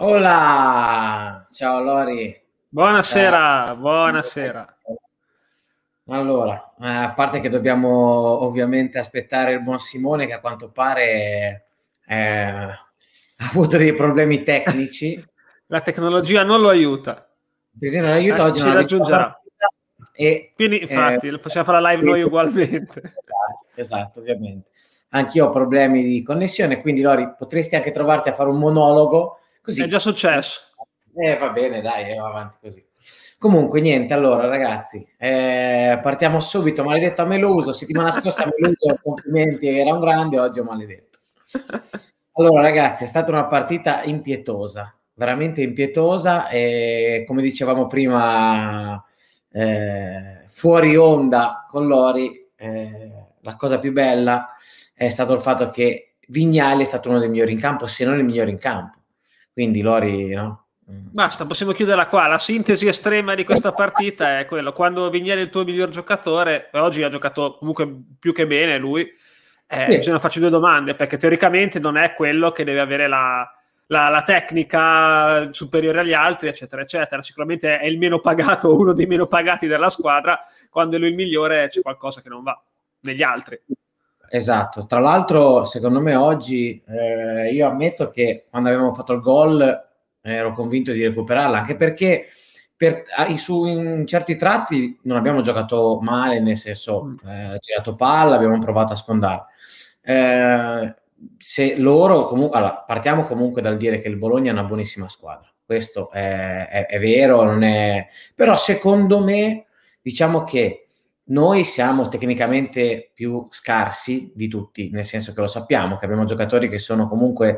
Hola, ciao Lori. Ciao. Buonasera, buonasera. Allora, a parte che dobbiamo ovviamente aspettare il buon Simone che a quanto pare ha avuto dei problemi tecnici, La tecnologia non lo aiuta, così non aiuta, oggi non ci ha visto la raggiungerà. partita e Quindi, infatti, possiamo fare la live noi ugualmente. esatto, ovviamente. Anch'io ho problemi di connessione, quindi Lori, potresti anche trovarti a fare un monologo, È già così. successo. Va bene, dai, andiamo avanti così. Comunque, niente, allora ragazzi, partiamo subito. Maledetto Meluso, settimana scorsa Meluso, complimenti, era un grande, oggi è un maledetto. Allora ragazzi, è stata una partita impietosa, veramente impietosa e come dicevamo prima, fuori onda con Lori, la cosa più bella è stato il fatto che Vignali è stato uno dei migliori in campo, se non il migliore in campo. Quindi Lori, no? Basta, possiamo chiuderla qua. La sintesi estrema di questa partita è quello: quando Vignali è il tuo miglior giocatore, e oggi ha giocato comunque più che bene lui, Sì, bisogna farci due domande, perché teoricamente non è quello che deve avere la tecnica superiore agli altri, eccetera, eccetera. Sicuramente è il meno pagato, uno dei meno pagati della squadra. Quando è lui il migliore c'è qualcosa che non va negli altri. esatto. Tra l'altro, secondo me oggi io ammetto che quando avevamo fatto il gol ero convinto di recuperarla, anche perché in certi tratti non abbiamo giocato male, nel senso, girato palla, abbiamo provato a sfondare. Eh, Se loro comunque, allora, partiamo comunque dal dire che il Bologna è una buonissima squadra. Questo è vero, non è... però secondo me, diciamo che noi siamo tecnicamente più scarsi di tutti, nel senso che lo sappiamo, che abbiamo giocatori che sono comunque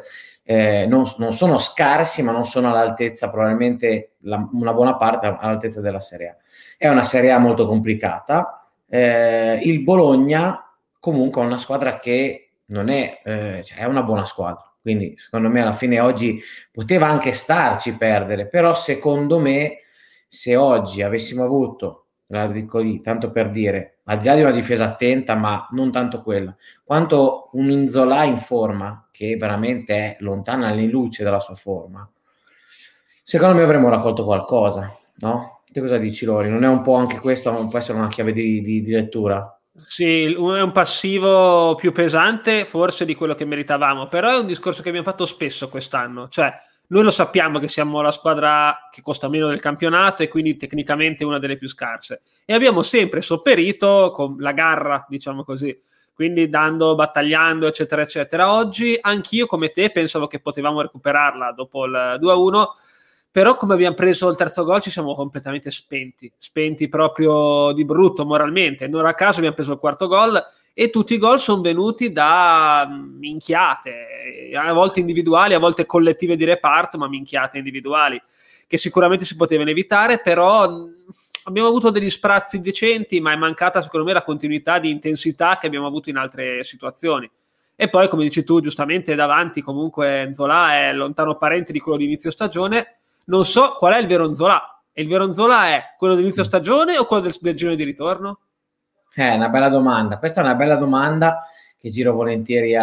non sono scarsi, ma non sono all'altezza, probabilmente una buona parte all'altezza della Serie A. È una Serie A molto complicata. Il Bologna comunque è una squadra che non è, cioè è una buona squadra. Quindi secondo me alla fine oggi poteva anche starci perdere, però secondo me se oggi avessimo avuto, la dico lì, tanto per dire, al di là di una difesa attenta, ma non tanto quella, quanto un Inzola in forma, che veramente è lontana anni luce dalla sua forma, secondo me avremmo raccolto qualcosa, no? Te cosa dici, Lori? Non è un po' anche questa, può essere una chiave di lettura? Sì, è un passivo più pesante forse di quello che meritavamo, però è un discorso che abbiamo fatto spesso quest'anno, cioè noi lo sappiamo che siamo la squadra che costa meno del campionato e quindi tecnicamente una delle più scarse e abbiamo sempre sopperito con la garra, diciamo così, quindi battagliando, eccetera, eccetera. Oggi anch'io come te pensavo che potevamo recuperarla dopo il 2-1, però come abbiamo preso il terzo gol ci siamo completamente spenti proprio di brutto moralmente. Non a caso abbiamo preso il quarto gol e tutti i gol sono venuti da minchiate, a volte individuali, a volte collettive di reparto, ma minchiate individuali, che sicuramente si potevano evitare, però abbiamo avuto degli sprazzi decenti, ma è mancata secondo me la continuità di intensità che abbiamo avuto in altre situazioni. E poi, come dici tu, giustamente davanti comunque Zola è lontano parente di quello di inizio stagione. Non so qual è il vero Zola. E il vero Zola è quello dell'inizio stagione o quello del girone di ritorno? È una bella domanda. Questa è una bella domanda che giro volentieri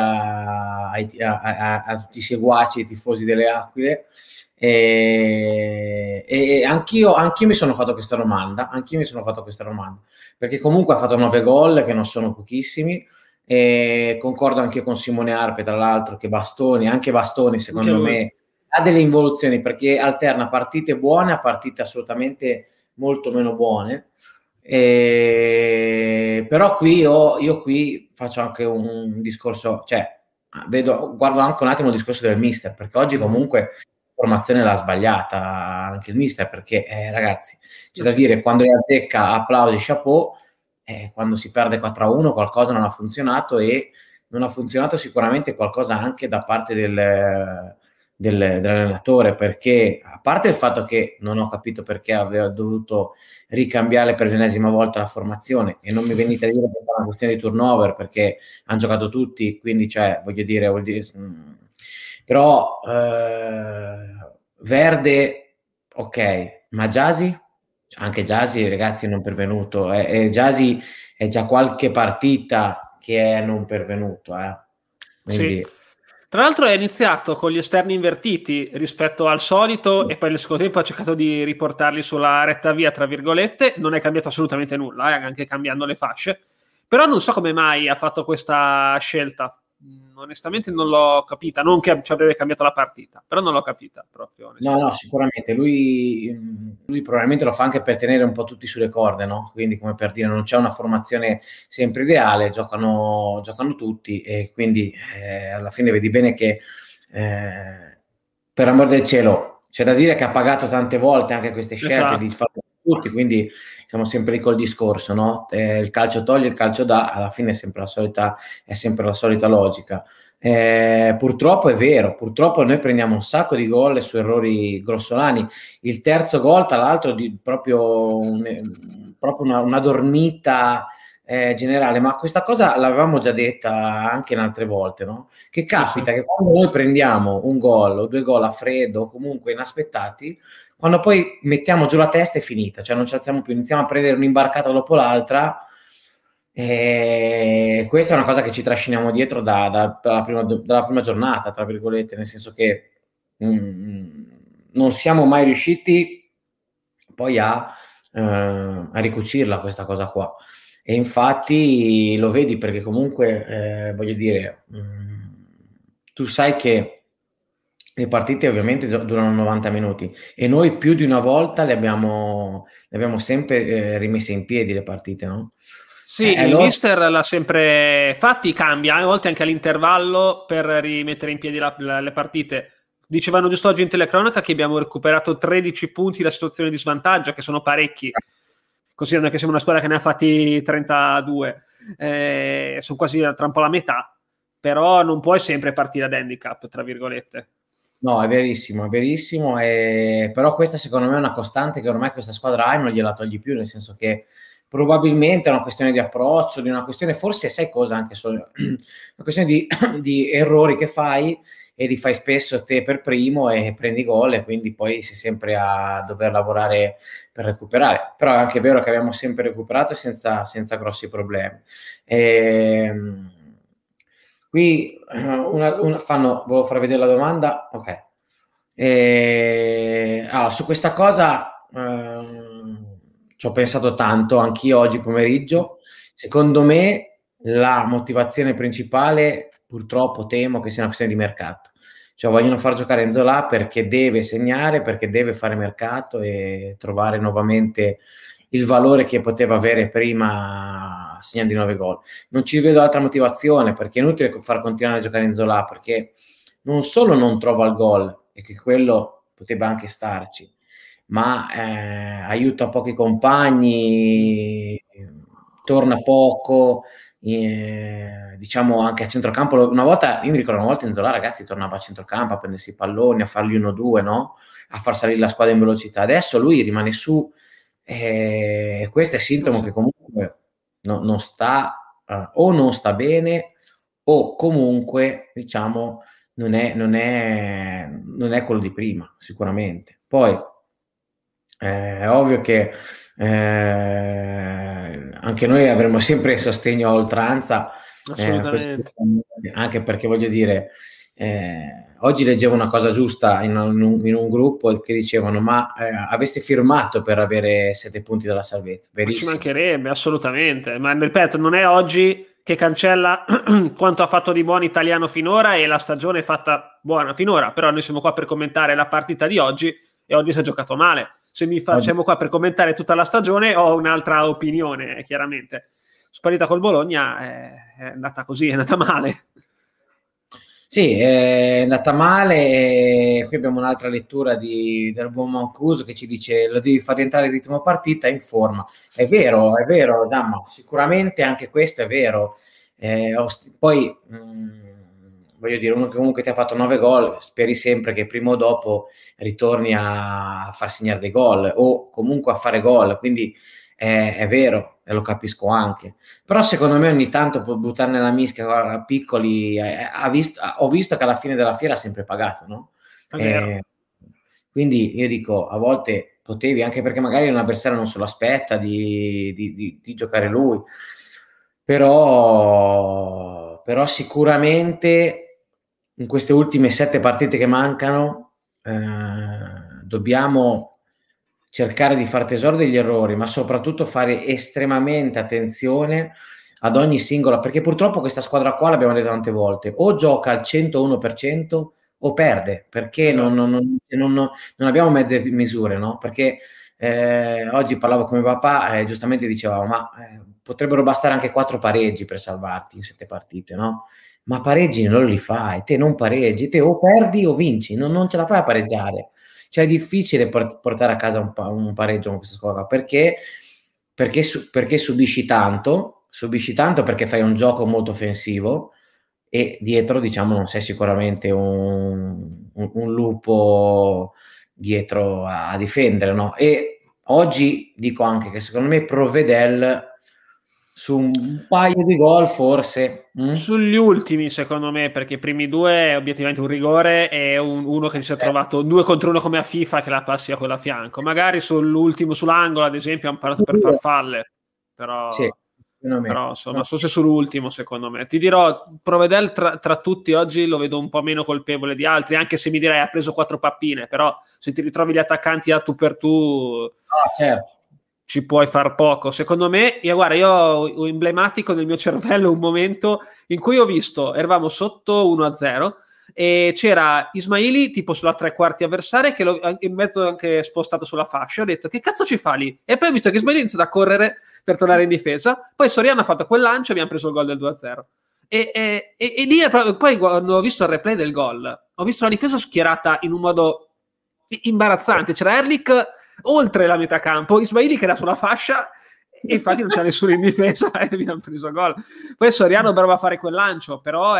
a tutti i seguaci e tifosi delle Aquile. E anch'io mi sono fatto questa domanda. Anch'io mi sono fatto questa domanda perché comunque ha fatto 9 gol, che non sono pochissimi. E concordo anche con Simone Arpe, tra l'altro, che anche Bastoni, Anche secondo lui. me, ha delle involuzioni perché alterna partite buone a partite assolutamente molto meno buone. Però qui io qui faccio anche un discorso, cioè guardo anche un attimo il discorso del mister, perché oggi comunque la formazione l'ha sbagliata anche il mister, perché ragazzi, c'è da Sì. dire, quando le azzecca applausi, chapeau, quando si perde 4-1 qualcosa non ha funzionato e non ha funzionato sicuramente qualcosa anche da parte dell'allenatore, perché a parte il fatto che non ho capito perché aveva dovuto ricambiare per l'ennesima volta la formazione e non mi venite a dire che è una questione di turnover perché hanno giocato tutti, quindi cioè, voglio dire, però Verde ok, ma Giasi? Anche Giasi ragazzi è non pervenuto e Giasi è già qualche partita che è non pervenuto Sì. quindi Tra l'altro è iniziato con gli esterni invertiti rispetto al solito e poi nel secondo tempo ha cercato di riportarli sulla retta via, tra virgolette. Non è cambiato assolutamente nulla, anche cambiando le fasce. Però non so come mai ha fatto questa scelta. Onestamente non l'ho capita, non che ci avrebbe cambiato la partita, però non l'ho capita proprio. No, sicuramente. Lui probabilmente lo fa anche per tenere un po' tutti sulle corde, no? Quindi, come per dire, non c'è una formazione sempre ideale, giocano tutti e quindi alla fine vedi bene che, per amor del cielo, c'è da dire che ha pagato tante volte anche queste scelte di farlo tutti, quindi siamo sempre lì col discorso, no? Il calcio toglie, il calcio dà, alla fine è sempre la solita logica. Purtroppo è vero, purtroppo noi prendiamo un sacco di gol su errori grossolani. Il terzo gol, tra l'altro, proprio una dormita generale, ma questa cosa l'avevamo già detta anche in altre volte, no? Che capita che quando noi prendiamo un gol o due gol a freddo o comunque inaspettati, quando poi mettiamo giù la testa è finita, cioè non ci alziamo più, iniziamo a prendere un'imbarcata dopo l'altra. E questa è una cosa che ci trasciniamo dietro dalla prima giornata, tra virgolette, nel senso che non siamo mai riusciti poi a ricucirla questa cosa qua. E infatti lo vedi perché comunque voglio dire, tu sai che le partite ovviamente durano 90 minuti e noi più di una volta le abbiamo sempre rimesse in piedi le partite, no? Sì, il mister l'ha sempre fatti, cambia, a volte anche all'intervallo per rimettere in piedi le partite. Dicevano giusto oggi in telecronaca che abbiamo recuperato 13 punti da situazione di svantaggio, che sono parecchi, considerando che siamo una squadra che ne ha fatti 32, sono quasi tra un po' la metà, però non puoi sempre partire ad handicap, tra virgolette. No, è verissimo, però questa secondo me è una costante che ormai questa squadra ha e non gliela togli più, nel senso che probabilmente è una questione di approccio, di una questione, forse sai cosa, anche solo una questione di errori che fai e li fai spesso te per primo e prendi gol e quindi poi sei sempre a dover lavorare per recuperare. Però è anche vero che abbiamo sempre recuperato senza grossi problemi. Qui volevo far vedere la domanda, ok. Allora, su questa cosa ci ho pensato tanto anch'io oggi pomeriggio. Secondo me la motivazione principale, purtroppo temo che sia una questione di mercato. Cioè vogliono far giocare Nzola perché deve segnare, perché deve fare mercato e trovare nuovamente il valore che poteva avere prima segnando i 9 gol. Non ci vedo altra motivazione, perché è inutile far continuare a giocare Nzola, perché non solo non trova il gol, e che quello poteva anche starci, ma aiuta pochi compagni, torna poco, diciamo anche a centrocampo. Io mi ricordo una volta Nzola, ragazzi, tornava a centrocampo a prendersi i palloni, a fargli 1-2, no? A far salire la squadra in velocità. Adesso lui rimane su, questo è sintomo che comunque non sta o non sta bene o comunque diciamo non è quello di prima, sicuramente. Poi è ovvio che anche noi avremo sempre sostegno a oltranza, anche perché voglio dire, oggi leggevo una cosa giusta in un gruppo che dicevano ma aveste firmato per avere 7 punti dalla salvezza. Verissimo. Ma ci mancherebbe, assolutamente, ma ripeto, non è oggi che cancella quanto ha fatto di buono italiano finora e la stagione è fatta buona finora, però noi siamo qua per commentare la partita di oggi e oggi si è giocato male. Se siamo qua per commentare tutta la stagione ho un'altra opinione, chiaramente. Sparita col Bologna è andata così, è andata male. Sì, è andata male. Qui abbiamo un'altra lettura del buon Mancuso che ci dice lo devi far rientrare in ritmo partita in forma. È vero, Damma, sicuramente anche questo è vero. Poi voglio dire, uno che comunque ti ha fatto 9 gol, speri sempre che prima o dopo ritorni a far segnare dei gol o comunque a fare gol, quindi è vero e lo capisco anche, però secondo me ogni tanto può buttare nella mischia a piccoli, ho visto che alla fine della fiera ha sempre pagato, no? Quindi io dico, a volte potevi, anche perché magari un avversario non se lo aspetta di giocare lui, però sicuramente in queste ultime 7 partite che mancano dobbiamo cercare di far tesoro degli errori, ma soprattutto fare estremamente attenzione ad ogni singola, perché purtroppo questa squadra qua, l'abbiamo detto tante volte, o gioca al 101% o perde, perché Esatto. non abbiamo mezze misure, no? Perché oggi parlavo con mio papà e giustamente dicevamo, ma potrebbero bastare anche 4 pareggi per salvarti in 7 partite, no? Ma pareggi non li fai, te non pareggi, te o perdi o vinci, non ce la fai a pareggiare. Cioè è difficile portare a casa un pareggio con questa squadra, perché subisci tanto perché fai un gioco molto offensivo e dietro, diciamo, non sei sicuramente un lupo dietro a difendere, no? E oggi dico anche che secondo me Provedel su un paio di gol forse. Sugli ultimi, secondo me, perché i primi due è obiettivamente un rigore e uno che si è trovato 2 contro 1 come a FIFA che la passi a quella a fianco. Magari sull'ultimo, sull'angolo, ad esempio, hanno parato per farfalle, Sì, però insomma, forse sull'ultimo, secondo me. Ti dirò, Provedel tra tutti oggi lo vedo un po' meno colpevole di altri, anche se mi direi ha preso 4 pappine, però se ti ritrovi gli attaccanti a tu per tu... certo. Ci puoi far poco. Secondo me, guarda, io ho emblematico nel mio cervello un momento in cui ho visto, eravamo sotto 1-0 e c'era Ismaili tipo sulla tre quarti avversaria che in mezzo anche spostato sulla fascia. Ho detto, che cazzo ci fa lì? E poi ho visto che Ismaili inizia a correre per tornare in difesa, poi Soriano ha fatto quel lancio e abbiamo preso il gol del 2-0. E lì poi quando ho visto il replay del gol, ho visto la difesa schierata in un modo imbarazzante. C'era Erlich oltre la metà campo, Ismaili che era sulla fascia e infatti non c'era nessuno in difesa e abbiamo preso gol. Poi Soriano bravo a fare quel lancio, però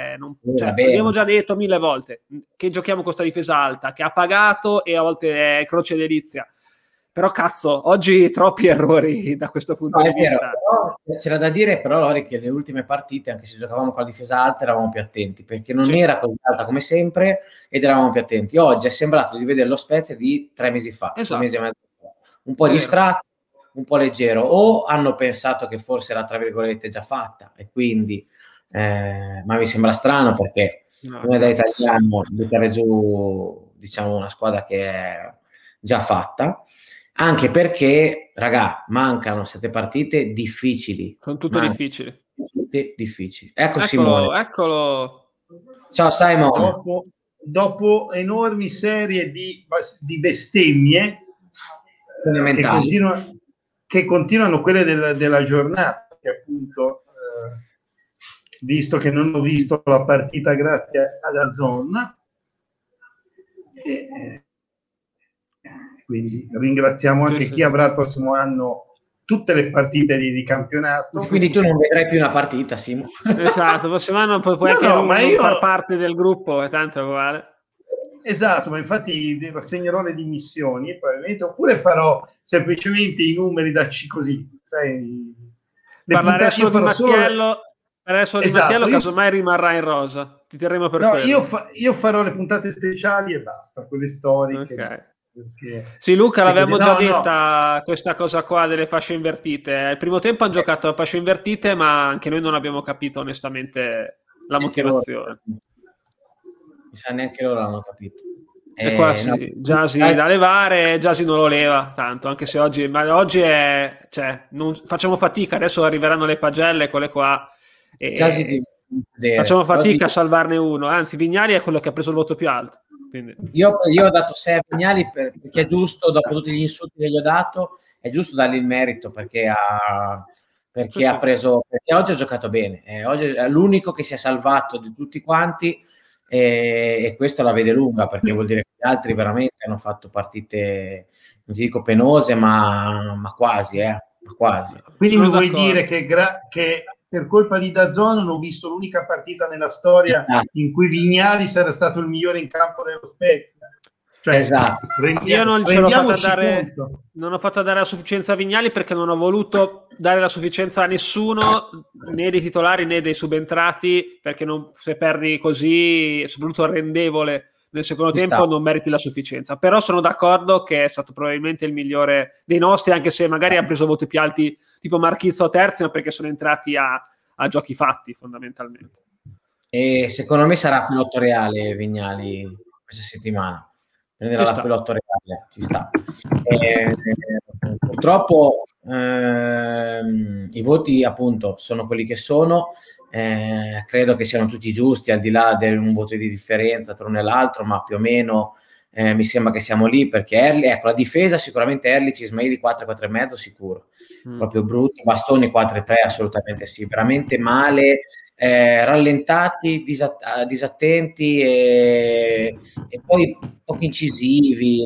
abbiamo già detto 1000 volte che giochiamo con questa difesa alta che ha pagato e a volte è croce delizia. Però cazzo, oggi troppi errori da questo punto di vista. Però, c'era da dire però Lori che le ultime partite, anche se giocavamo con la difesa alta, eravamo più attenti, perché non era così alta come sempre ed eravamo più attenti. Oggi è sembrato di vedere lo Spezia di 3 mesi fa, 2 mesi e mezzo fa. Un po' distratto, un po' leggero, o hanno pensato che forse era tra virgolette già fatta e quindi ma mi sembra strano perché come da italiano buttare giù diciamo una squadra che è già fatta. Anche perché, raga, mancano 7 partite difficili. Sono tutte difficili. Difficili. Ecco Simone. Eccolo. Ciao Simon. Dopo enormi serie di bestemmie che continuano quelle della giornata, che appunto, visto che non ho visto la partita grazie ad DAZN, quindi ringraziamo anche chi avrà il prossimo anno tutte le partite di campionato. Quindi tu non vedrai più una partita, Simo. Esatto, il prossimo anno puoi anche non far parte del gruppo, è tanto uguale. Esatto, ma infatti assegnerò le dimissioni probabilmente, oppure farò semplicemente i numeri da C così, sai, parlare solo di Mattiello. Adesso di Mattiello casomai rimarrà in rosa, ti terremo per quello. Io farò le puntate speciali e basta, quelle storiche. Okay. Sì, Luca, l'avevamo già detta questa cosa qua delle fasce invertite. Il primo tempo hanno giocato a fasce invertite, ma anche noi non abbiamo capito onestamente la motivazione. Mi sa neanche loro l'hanno capito. E qua Giasi da levare, Giasi non lo leva tanto, anche se oggi è, facciamo fatica, adesso arriveranno le pagelle, quelle qua. Facciamo fatica a salvarne uno, anzi Vignali è quello che ha preso il voto più alto. Quindi. Io ho dato 6 a Vignali perché è giusto, dopo tutti gli insulti che gli ho dato, è giusto dargli il merito perché ha preso, perché oggi ha giocato bene, oggi è l'unico che si è salvato di tutti quanti e questo la vede lunga perché vuol dire che gli altri veramente hanno fatto partite, non ti dico penose, ma quasi, quasi. Quindi mi vuoi dire che per colpa di DAZN non ho visto l'unica partita nella storia in cui Vignali sarà stato il migliore in campo dello Spezia. Esatto. Io non ce l'ho fatta dare, non ho fatto dare la sufficienza a Vignali perché non ho voluto dare la sufficienza a nessuno, né dei titolari né dei subentrati, perché se perdi così, soprattutto rendevole nel secondo tempo, non meriti la sufficienza. Però sono d'accordo che è stato probabilmente il migliore dei nostri, anche se magari ha preso voti più alti tipo Marchizzo o Terzi, ma perché sono entrati a giochi fatti fondamentalmente. E secondo me sarà pilota reale Vignali questa settimana. Prenderà la pilota reale, ci sta. Purtroppo i voti appunto sono quelli che sono. Credo che siano tutti giusti, al di là di un voto di differenza tra uno e l'altro, ma più o meno mi sembra che siamo lì, perché ecco, la difesa sicuramente Erlich, Ismaili 4,5 sicuro, proprio brutti, Bastoni 4,3 assolutamente sì, veramente male, rallentati, disattenti e poi poco incisivi,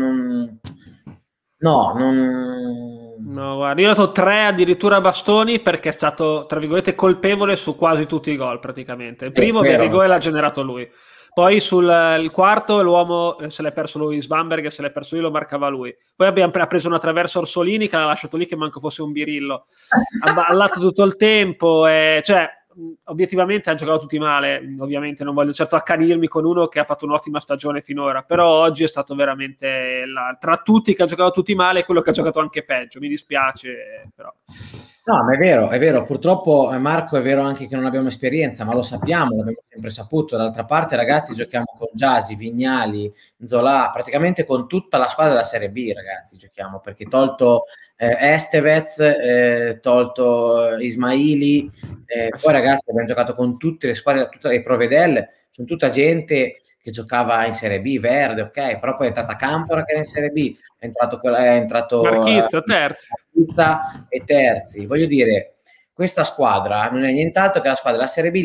No, guarda, io ho dato 3 addirittura a Bastoni perché è stato, tra virgolette, colpevole su quasi tutti i gol praticamente. Il primo Berrigo l'ha generato lui. Poi sul quarto l'uomo se l'è perso lui, Svanberg se l'è perso lui, lo marcava lui. Poi ha preso una traversa Orsolini che l'ha lasciato lì che manco fosse un birillo. Ha ballato tutto il tempo, cioè obiettivamente hanno giocato tutti male. Ovviamente non voglio certo accanirmi con uno che ha fatto un'ottima stagione finora, però oggi è stato veramente tra tutti che ha giocato tutti male quello che ha giocato anche peggio. Mi dispiace, però. No, ma è vero, purtroppo Marco è vero anche che non abbiamo esperienza, ma lo sappiamo, l'abbiamo sempre saputo. D'altra parte, ragazzi, giochiamo con Gyasi, Vignali, Zola, praticamente con tutta la squadra della Serie B, ragazzi, giochiamo, perché tolto Estevez, tolto Ismaili, poi ragazzi abbiamo giocato con tutte le squadre, tutte le Provedel, sono tutta gente che giocava in Serie B, Verde, ok, però poi è entrata Campora che era in Serie B, è entrato Marchizza, terzi. E terzi. Voglio dire, questa squadra non è nient'altro che la squadra della Serie B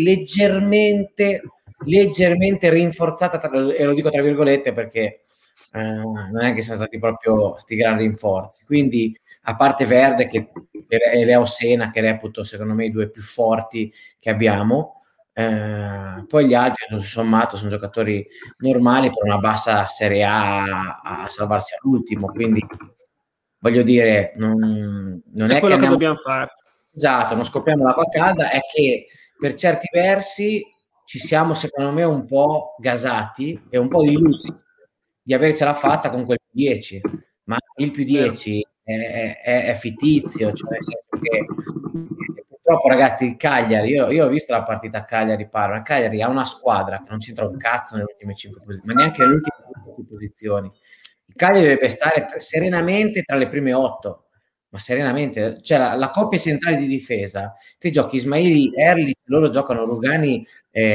leggermente rinforzata, e lo dico tra virgolette perché non è che siano stati proprio sti grandi rinforzi. Quindi, a parte Verde e Leo Sena, che reputo secondo me i due più forti che abbiamo, poi gli altri tutto sommato sono giocatori normali per una bassa Serie A salvarsi all'ultimo, quindi voglio dire non è quello che dobbiamo fare. Esatto, non scopriamo l'acqua calda, è che per certi versi ci siamo secondo me un po' gasati e un po' illusi di avercela fatta con quel 10, ma il più 10 è fittizio, cioè nel senso che purtroppo ragazzi il Cagliari, io ho visto la partita Cagliari-Parma, il Cagliari ha una squadra che non c'entra un cazzo nelle ultime 5 posizioni, ma neanche nelle ultime 5 posizioni. Il Cagliari deve stare serenamente tra le prime 8, ma serenamente, cioè la coppia centrale di difesa, te giochi Ismaili, Erlich, loro giocano Rugani,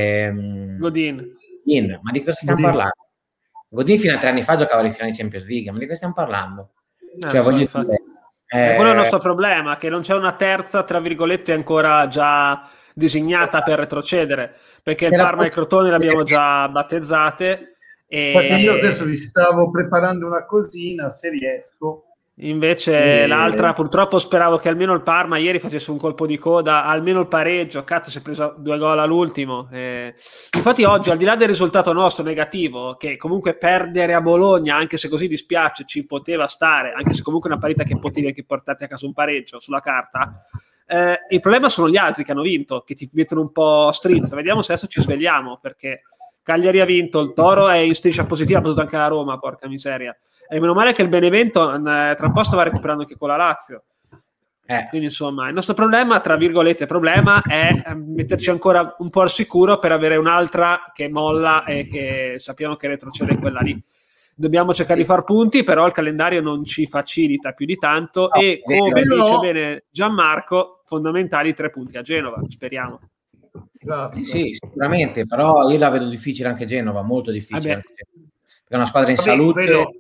Godin, ma di cosa stiamo parlando? Godin fino a 3 anni fa giocava le finali Champions League, ma di cosa stiamo parlando? Cioè, voglio dire, quello è il nostro problema, che non c'è una terza, tra virgolette, ancora già disegnata per retrocedere, perché il Parma e il Crotone le abbiamo già battezzate. Infatti io adesso vi stavo preparando una cosina, se riesco. Invece l'altra, purtroppo speravo che almeno il Parma ieri facesse un colpo di coda, almeno il pareggio. Cazzo, si è preso 2 gol all'ultimo. Infatti oggi, al di là del risultato nostro negativo, che comunque perdere a Bologna, anche se così dispiace, ci poteva stare, anche se comunque è una parità che potevi anche portarti a casa un pareggio sulla carta, il problema sono gli altri che hanno vinto, che ti mettono un po' strizza. Vediamo se adesso ci svegliamo, perché Cagliari ha vinto, il Toro è in striscia positiva, ha potuto anche la Roma, porca miseria. E meno male che il Benevento tra un po' stava recuperando anche con la Lazio. Quindi insomma il nostro problema, tra virgolette problema, è metterci ancora un po' al sicuro per avere un'altra che molla e che sappiamo che retrocede quella lì. Dobbiamo cercare di far punti, però il calendario non ci facilita più di tanto, e come dice bene Gianmarco, fondamentali 3 punti a Genova, speriamo. Esatto. Sì, sicuramente, però io la vedo difficile anche Genova, molto difficile anche Genova. Perché è una squadra in salute.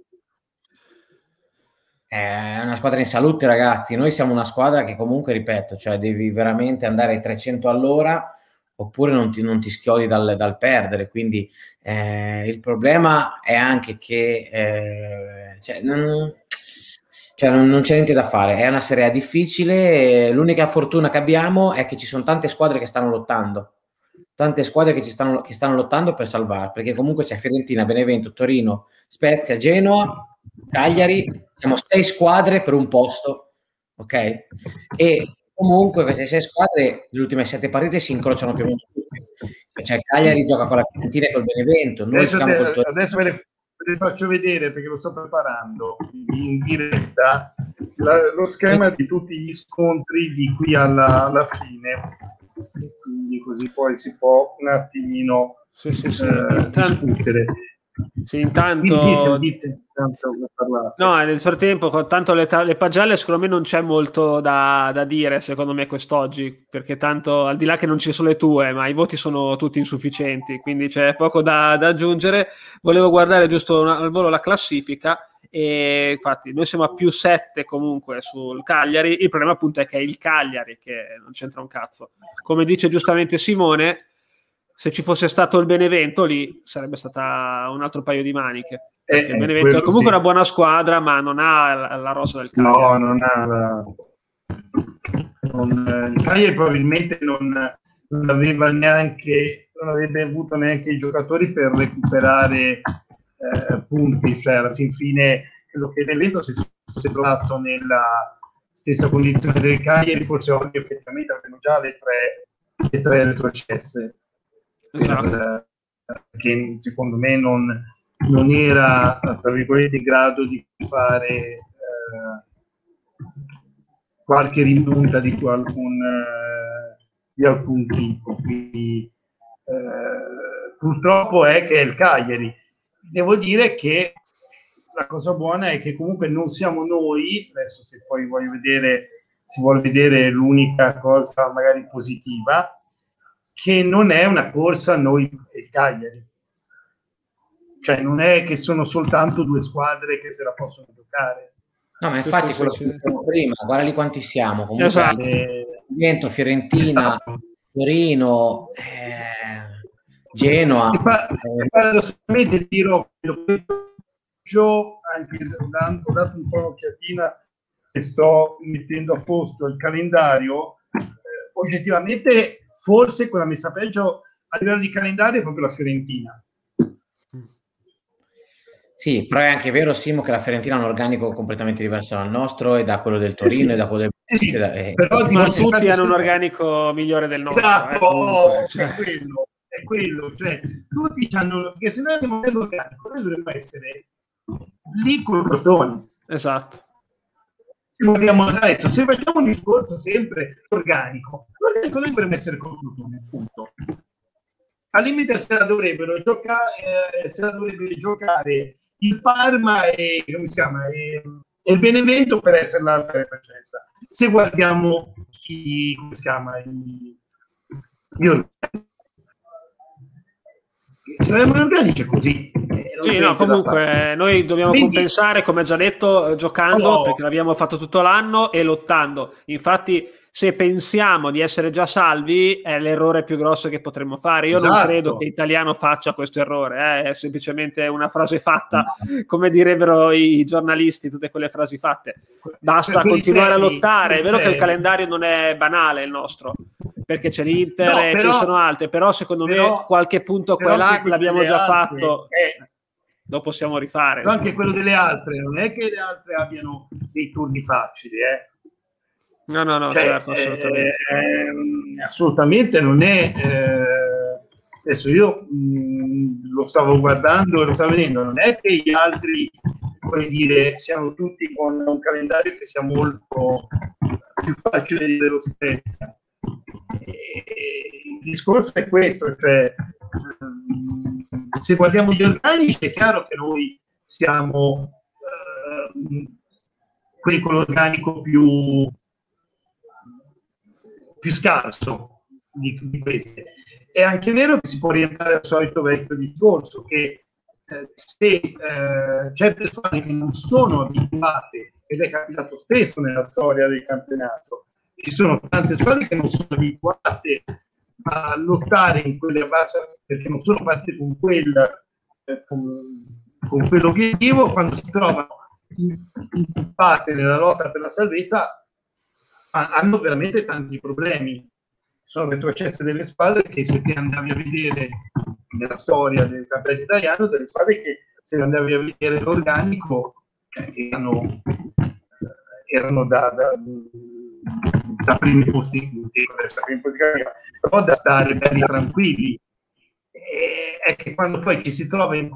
È una squadra in salute, ragazzi. Noi siamo una squadra che comunque, ripeto, cioè devi veramente andare ai 300 all'ora oppure non ti schiodi dal perdere. Quindi il problema è anche che non c'è niente da fare. È una Serie A difficile. L'unica fortuna che abbiamo è che ci sono tante squadre che stanno lottando. Tante squadre che stanno lottando per salvare, perché comunque c'è Fiorentina, Benevento, Torino, Spezia, Genoa, Cagliari. Siamo 6 squadre per un posto, ok? E comunque queste 6 squadre, le ultime 7 partite si incrociano più o meno tutte. Cioè Cagliari gioca con la Fiorentina e col Benevento. Adesso ve le faccio vedere, perché lo sto preparando in diretta, lo schema di tutti gli scontri di qui alla fine. Quindi così poi si può un attimino discutere. Sì, intanto no, nel frattempo tanto le pagelle secondo me non c'è molto da dire secondo me quest'oggi, perché tanto al di là che non ci sono le tue, ma i voti sono tutti insufficienti, quindi c'è poco da aggiungere. Volevo guardare giusto al volo la classifica e infatti noi siamo a +7 comunque sul Cagliari. Il problema appunto è che è il Cagliari che non c'entra un cazzo, come dice giustamente Simone. Se ci fosse stato il Benevento lì sarebbe stata un altro paio di maniche, perché il Benevento è comunque una buona squadra, ma non ha la rosa del Cagliari. No, non ha il Cagliari probabilmente non aveva neanche, non avrebbe avuto neanche i giocatori per recuperare punti, cioè alla fine credo che il Benevento se si fosse trovato nella stessa condizione del Cagliari forse oggi effettivamente avevano già le tre retrocesse. Esatto. Che secondo me non era tra virgolette in grado di fare qualche rimonta di alcun tipo. Quindi purtroppo è che è il Cagliari. Devo dire che la cosa buona è che comunque non siamo noi, adesso se poi si vuole vedere l'unica cosa magari positiva, che non è una corsa noi e il Cagliari, cioè non è che sono soltanto due squadre che se la possono giocare. No, ma infatti quello che dicevamo prima, guarda lì quanti siamo, comunque Juventus, Fiorentina, Torino, Genoa. Paradossalmente dirò che anche ho dato un po' un'occhiatina e sto mettendo a posto il calendario. Oggettivamente forse quella messa peggio a livello di calendario è proprio la Fiorentina. Sì, però è anche vero, Simo, che la Fiorentina ha un organico completamente diverso dal nostro e da quello del Torino e da quello del però ma tutti hanno un organico migliore del nostro. Esatto, è quello, cioè tutti hanno, perché se noi abbiamo l'organico noi dovremmo essere lì col rotone. Esatto. Adesso, se facciamo un discorso sempre organico noi dovremmo essere costruttori, punto. Al limite se la dovrebbero giocare il Parma e come si chiama e il Benevento per essere l'altra retrocessa. Se guardiamo come si chiama se vediamo gli organici è così. Sì, no, comunque noi dobbiamo compensare, come già detto, giocando, perché l'abbiamo fatto tutto l'anno e lottando. Infatti, se pensiamo di essere già salvi, è l'errore più grosso che potremmo fare. Io non credo che Italiano faccia questo errore, è semplicemente una frase fatta, come direbbero i giornalisti, tutte quelle frasi fatte. Basta continuare a lottare. È vero che il calendario non è banale il nostro, perché c'è l'Inter e ce ne sono altre, però secondo me qualche punto qua e là l'abbiamo già fatto. Lo possiamo rifare. Però anche quello delle altre, non è che le altre abbiano dei turni facili, No, cioè, certo, assolutamente. Assolutamente non è. Adesso io lo stavo guardando e lo stavo vedendo, non è che gli altri, vuol dire, siamo tutti con un calendario che sia molto più facile dello Spezia. Il discorso è questo, cioè se guardiamo gli organici è chiaro che noi siamo quelli con l'organico più scarso di queste. È anche vero che si può rientrare al solito vecchio discorso che se certe squadre che non sono abituate, ed è capitato spesso nella storia del campionato, ci sono tante squadre che non sono abituate a lottare in quelle base perché non sono partite con quell'obiettivo, quando si trovano intuppate nella lotta per la salvezza hanno veramente tanti problemi. Sono retrocesse delle squadre che, se ti andavi a vedere nella storia del campionato italiano, delle squadre che, se andavi a vedere l'organico, erano da primi posti, però da stare belli tranquilli. È che quando poi ci si trova in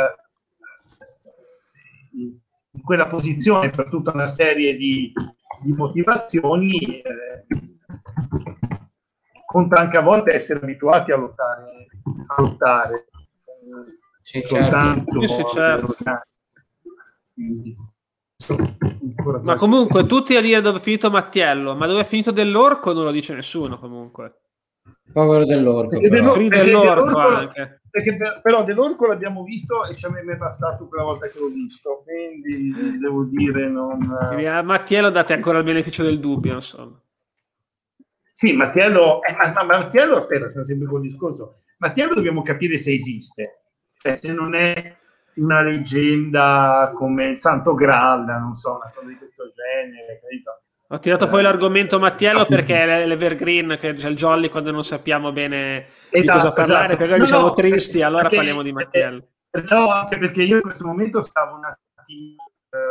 quella posizione per tutta una serie di motivazioni, conta anche a volte essere abituati a lottare. Sì, soltanto certo. Quindi, ma comunque tutti a dire dove è finito Mattiello, ma dove è finito Dell'Orco non lo dice nessuno comunque. Povero Dell'Orco, Dell'Orco anche. Perché però Dell'Orco l'abbiamo visto e ci mi è bastato quella volta che l'ho visto, quindi devo dire Quindi a Mattiello date ancora il beneficio del dubbio, insomma. Sì, Mattiello, ma Mattiello, aspetta, sta sempre col discorso. Mattiello dobbiamo capire se esiste, cioè se non è una leggenda come il Santo Graal, non so, una cosa di questo genere, capito? Ho tirato fuori l'argomento Mattiello perché è l'Evergreen, che c'è il Jolly quando non sappiamo bene di cosa parlare, perché siamo tristi, allora parliamo di Mattiello. No, anche perché io in questo momento stavo un attimino,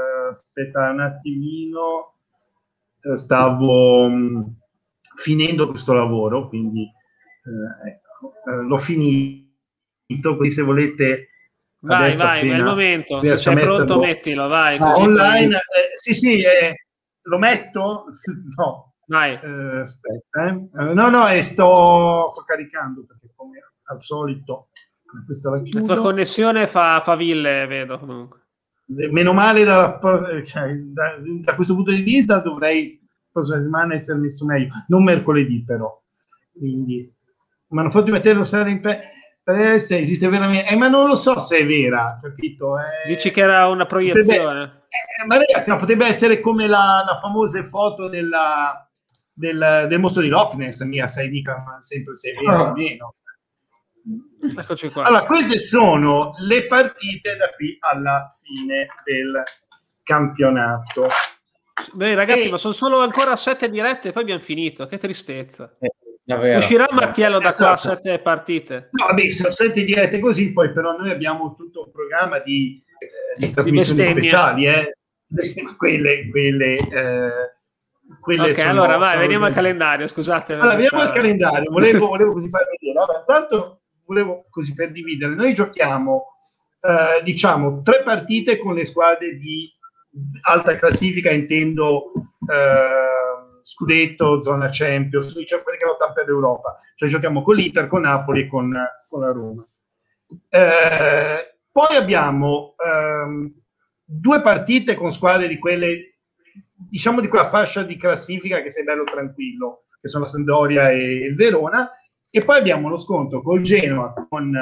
stavo finendo questo lavoro, quindi ecco, l'ho finito, quindi se volete... Vai, è il momento, se sei pronto mettilo, vai. Così online, sì, lo metto? No. Vai. Aspetta, no, sto caricando, perché come al solito questa la chiudo. La tua connessione fa ville, vedo comunque. Meno male da questo punto di vista dovrei prossima settimana essere messo meglio, non mercoledì però. Quindi mi hanno fatto metterlo in palestra, esiste veramente, ma non lo so se è vera, capito? Dici che era una proiezione? Ma ragazzi, potrebbe essere come la famosa foto del mostro di Loch Ness, sai mica sempre se è vero o meno. Eccoci qua. Allora, queste sono le partite da qui alla fine del campionato. Beh, ragazzi, ma sono solo ancora 7 dirette e poi abbiamo finito. Che tristezza. Uscirà Mattiello da qua a 7 partite? No, vabbè, sono 7 dirette così, poi però noi abbiamo tutto un programma di trasmissioni speciali, ma quelle ok, sono, allora vai, veniamo al calendario, scusate. Allora, veniamo al calendario, volevo così far vedere. Allora, intanto volevo così per dividere, noi giochiamo diciamo 3 partite con le squadre di alta classifica, intendo scudetto, zona Champions, cioè quelli che lottano per l'Europa, cioè giochiamo con l'Inter, con Napoli e con la Roma. Poi abbiamo 2 partite con squadre di quelle, diciamo di quella fascia di classifica che sei bello tranquillo, che sono la Sampdoria e il Verona, e poi abbiamo lo scontro col Genoa, con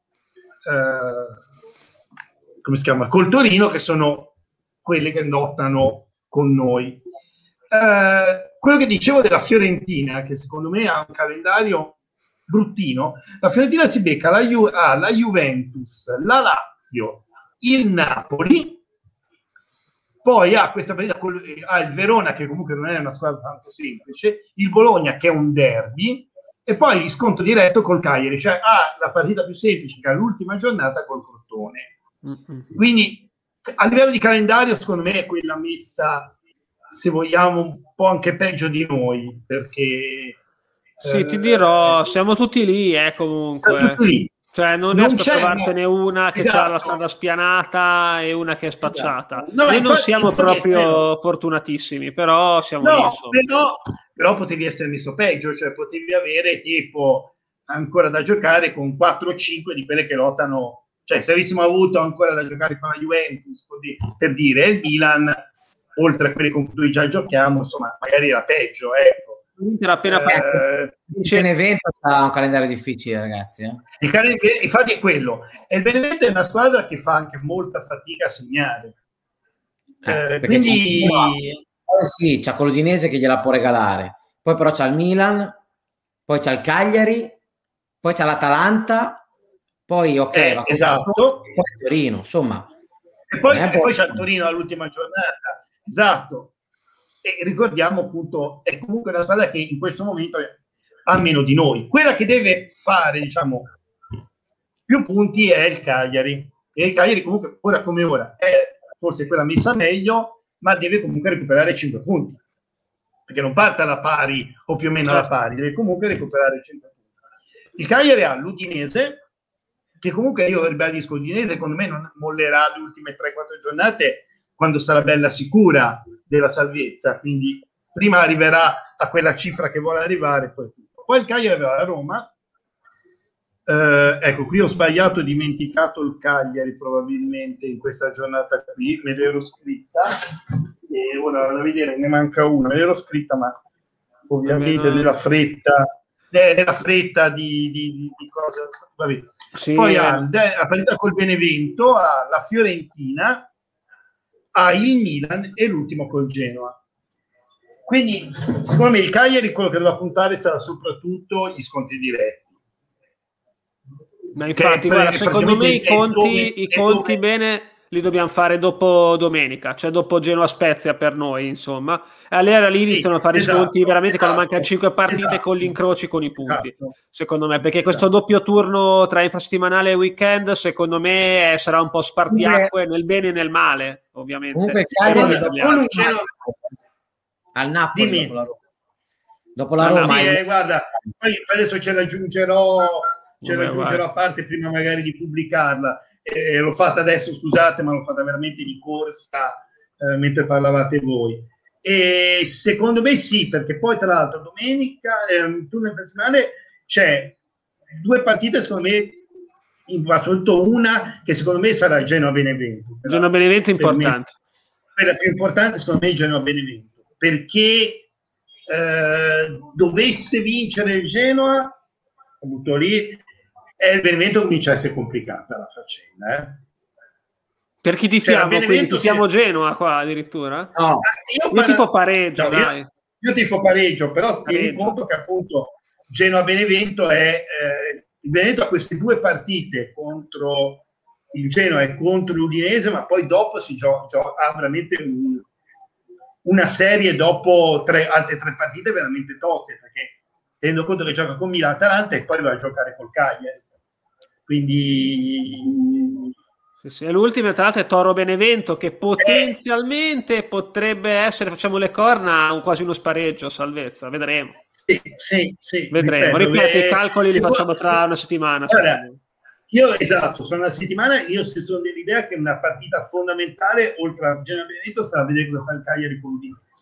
come si chiama? Col Torino, che sono quelli che lottano con noi. Quello che dicevo della Fiorentina, che secondo me ha un calendario bruttino, la Fiorentina si becca la Juventus, la Lazio, il Napoli, poi ha questa partita il Verona, che comunque non è una squadra tanto semplice, il Bologna, che è un derby, e poi riscontro diretto col Cagliari, cioè la partita più semplice, che è l'ultima giornata col Crotone. Quindi a livello di calendario secondo me è quella messa, se vogliamo, un po' anche peggio di noi, perché sì, ti dirò, siamo tutti lì, comunque tutti lì. Cioè non riesco a trovartene una che ha la strada spianata e una che è spacciata. Noi non siamo proprio fortunatissimi, però siamo lì. Però potevi essere messo peggio, cioè potevi avere tipo ancora da giocare con 4 o 5 di quelle che lottano, cioè se avessimo avuto ancora da giocare con la Juventus, per dire, il Milan, oltre a quelli con cui già giochiamo, insomma, magari era peggio, ecco. Il Benevento ha un calendario difficile, ragazzi. Infatti è quello. E il Benevento è una squadra che fa anche molta fatica a segnare. Quindi sì, c'ha con l'Udinese che gliela può regalare. Poi però c'ha il Milan, poi c'ha il Cagliari, poi c'ha l'Atalanta, poi esatto. Poi il Torino, insomma. E poi c'è il Torino all'ultima giornata. Esatto. E ricordiamo appunto, è comunque una squadra che in questo momento ha meno di noi. Quella che deve fare, diciamo, più punti è il Cagliari. E il Cagliari comunque, ora come ora, è forse quella messa meglio, ma deve comunque recuperare 5 punti. Perché non parte alla pari o più o meno alla pari, deve comunque recuperare 5 punti. Il Cagliari ha l'Udinese, che comunque io ribadisco, l'Udinese secondo me non mollerà le ultime 3-4 giornate quando sarà bella sicura della salvezza, quindi prima arriverà a quella cifra che vuole arrivare, poi poi il Cagliari aveva la Roma. Ecco, qui ho sbagliato, ho dimenticato il Cagliari probabilmente in questa giornata qui, me l'ero scritta e ora vado a vedere, ne manca una, me l'ero scritta ma ovviamente nella fretta di cosa, vabbè. Sì, poi ha la partita col Benevento, ha la Fiorentina, ha il Milan e l'ultimo col Genoa. Quindi secondo me il Cagliari quello che doveva puntare sarà soprattutto gli scontri diretti. Ma infatti, guarda, secondo me i conti bene li dobbiamo fare dopo domenica, cioè dopo Genoa Spezia per noi, insomma. Allora lì iniziano a fare i conti veramente quando mancano 5 partite con gli incroci con i punti, secondo me, perché questo doppio turno tra infrasettimanale e weekend, secondo me sarà un po' spartiacque nel bene e nel male, ovviamente. Comunque al Napoli dopo la Roma. Sì, guarda, poi adesso ce l'aggiungerò a parte prima magari di pubblicarla. L'ho fatta adesso, scusate, ma l'ho fatta veramente di corsa mentre parlavate voi. E secondo me sì, perché poi tra l'altro domenica, turno infrasettimanale, c'è 2 partite, secondo me, soprattutto una che secondo me sarà Genoa-Benevento. Genoa-Benevento è importante. Quella più importante secondo me è Genoa-Benevento, perché dovesse vincere il Genoa, appunto lì, il Benevento comincia a essere complicata la faccenda. Per chi tifiamo? Quindi tifiamo Genoa qua addirittura? No. Io tifo pareggio, no, dai. Io tifo pareggio, però tieni conto che appunto Genoa-Benevento è il Benevento ha queste 2 partite contro il Genoa e contro l'Udinese, ma poi dopo si ha veramente una serie dopo altre 3 partite veramente toste, perché tenendo conto che gioca con Milan, Atalanta e poi va a giocare col Cagliari. Quindi sì. E l'ultima tra l'altro è Toro Benevento, che potenzialmente potrebbe essere, facciamo le corna, quasi uno spareggio, salvezza, vedremo. Sì. Vedremo, ripeto, i calcoli li facciamo tra una settimana. Guarda, sono una settimana, io sono dell'idea che una partita fondamentale, oltre a Genoa Benevento, sarà vedere cosa fa il Cagliari con l'Udinese.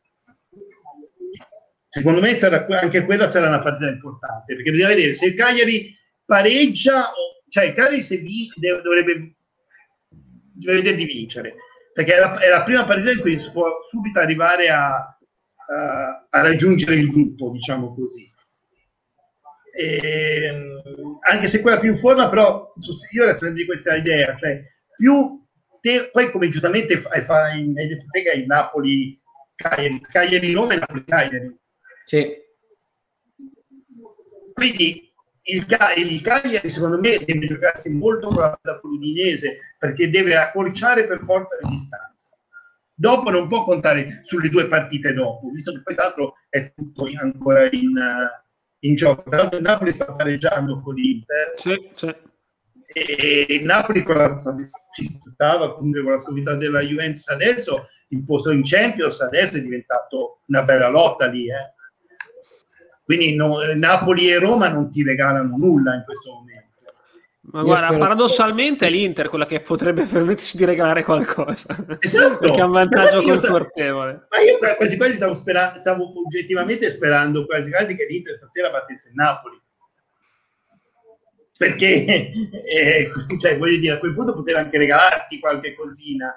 Secondo me anche quella sarà una partita importante, perché bisogna vedere se il Cagliari pareggia, cioè il Cagliari se dovrebbe vedere di vincere, perché è la prima partita in cui si può subito arrivare a raggiungere il gruppo, diciamo così. Anche se quella più in forma, però io resto di questa idea, cioè poi come giustamente hai detto te, che hai Napoli Cagliari Roma e Napoli Cagliari. Sì. Quindi il Cagliari secondo me deve giocarsi molto con l'Udinese, perché deve accorciare per forza le distanze. Dopo non può contare sulle 2 partite dopo, visto che poi tra l'altro è tutto ancora in gioco. Tra l'altro il Napoli sta pareggiando con l'Inter. Sì. E il Napoli ci stava comunque con la sconfitta della Juventus, adesso il posto in Champions adesso è diventato una bella lotta lì, quindi Napoli e Roma non ti regalano nulla in questo momento. Ma guarda, paradossalmente è l'Inter quella che potrebbe permettersi di regalare qualcosa. Esatto. Perché ha un vantaggio confortevole. Ma io quasi stavo oggettivamente sperando quasi che l'Inter stasera battesse il Napoli. Perché cioè, voglio dire, a quel punto poteva anche regalarti qualche cosina,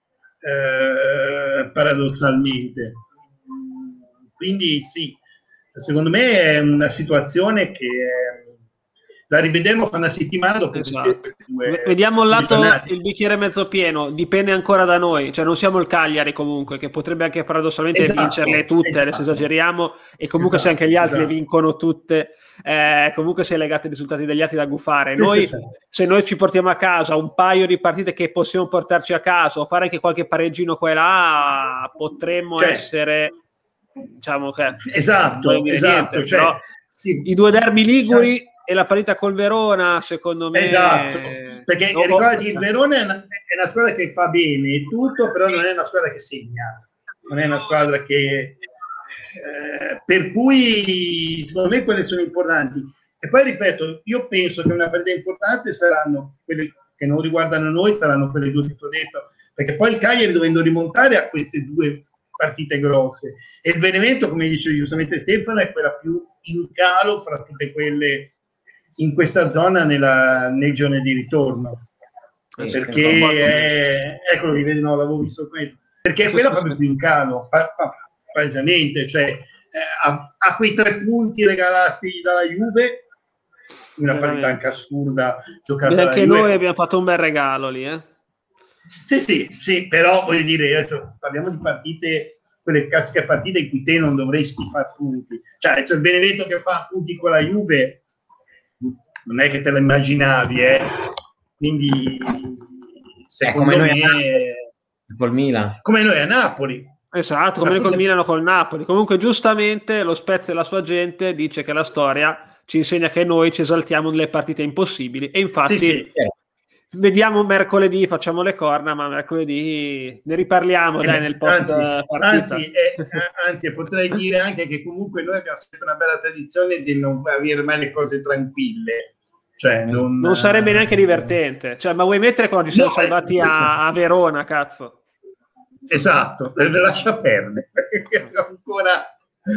paradossalmente. Quindi sì, secondo me è una situazione che la rivedremo fra una settimana dopo. Esatto. Vediamo il bicchiere mezzo pieno, dipende ancora da noi, cioè non siamo il Cagliari comunque, che potrebbe anche paradossalmente vincerle tutte, adesso esageriamo, e comunque se anche gli altri le vincono tutte, comunque si è legati ai risultati degli altri da gufare. Se noi ci portiamo a casa un paio di partite che possiamo portarci a casa o fare anche qualche pareggino qua e là, potremmo essere, diciamo che niente, cioè, però i 2 derby liguri e la parità col Verona, secondo me, perché ricordati, il Verona è una squadra che fa bene tutto, però non è una squadra che segna, non è una squadra che per cui secondo me quelle sono importanti. E poi ripeto, io penso che una partita importante saranno quelle che non riguardano noi, saranno quelle 2 che ti ho detto, perché poi il Cagliari, dovendo rimontare a queste 2 partite grosse, e il Benevento, come dice giustamente Stefano, è quella più in calo fra tutte quelle in questa zona nel giorno di ritorno, perché eccolo, vi vedo, no, l'avevo visto questo, perché è quella proprio più in calo, palesemente, cioè ha quei 3 punti regalati dalla Juve, una partita anche assurda giocata anche noi abbiamo fatto un bel regalo lì, sì, però voglio dire, adesso parliamo di partite, quelle classiche partite in cui te non dovresti fare punti, cioè adesso il Benevento che fa punti con la Juve non è che te la immaginavi, quindi secondo me col Milan, come noi a Napoli. Esatto, come noi col Milano, col Napoli. Comunque giustamente lo Spezia e la sua gente dice che la storia ci insegna che noi ci esaltiamo nelle partite impossibili, e infatti vediamo mercoledì, facciamo le corna, ma mercoledì ne riparliamo nel post partita. Anzi, potrei dire anche che comunque noi abbiamo sempre una bella tradizione di non avere mai le cose tranquille, cioè non sarebbe neanche divertente, cioè, ma vuoi mettere quando ci siamo salvati a Verona, cazzo? Esatto, lascia perdere, perché ancora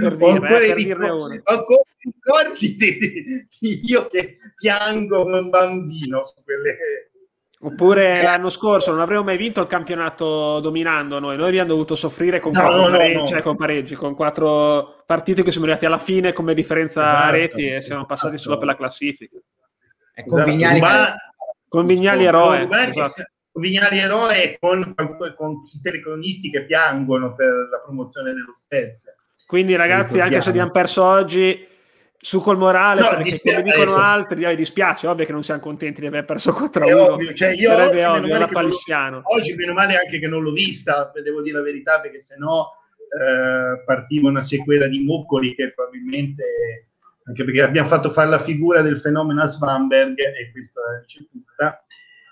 ricordi di io che piango come un bambino su quelle. Oppure l'anno scorso non avremmo mai vinto il campionato dominando noi abbiamo dovuto soffrire con con pareggi, con 4 partite che siamo arrivati alla fine come differenza reti e siamo passati solo per la classifica. Con Vignali eroe. Con Vignali eroe e con i telecronisti che piangono per la promozione dello Spezia. Quindi ragazzi, anche se abbiamo perso oggi, su col morale, perché come dicono altri, dispiace, ovvio che non siamo contenti di aver perso 4-1, sarebbe ovvio, la palissiano. Oggi meno male anche che non l'ho vista, devo dire la verità, perché sennò partiva una sequela di moccoli che probabilmente, anche perché abbiamo fatto fare la figura del fenomeno a Svanberg e questa è ricevuta,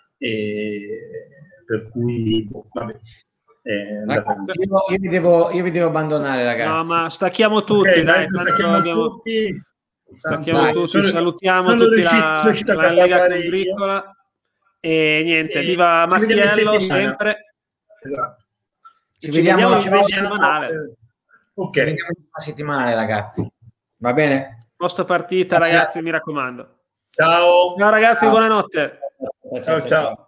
per cui vabbè. Io vi devo abbandonare, ragazzi. No, ma stacchiamo tutti, stacchiamo tutti, salutiamo tutti la Lega Combricola e niente, viva Mattiello sempre. Esatto. Ci vediamo settimanale. Ok, ci vediamo una settimanale, ragazzi. Va bene? Post partita, ragazzi, mi raccomando. Ciao ragazzi, buonanotte. Ciao.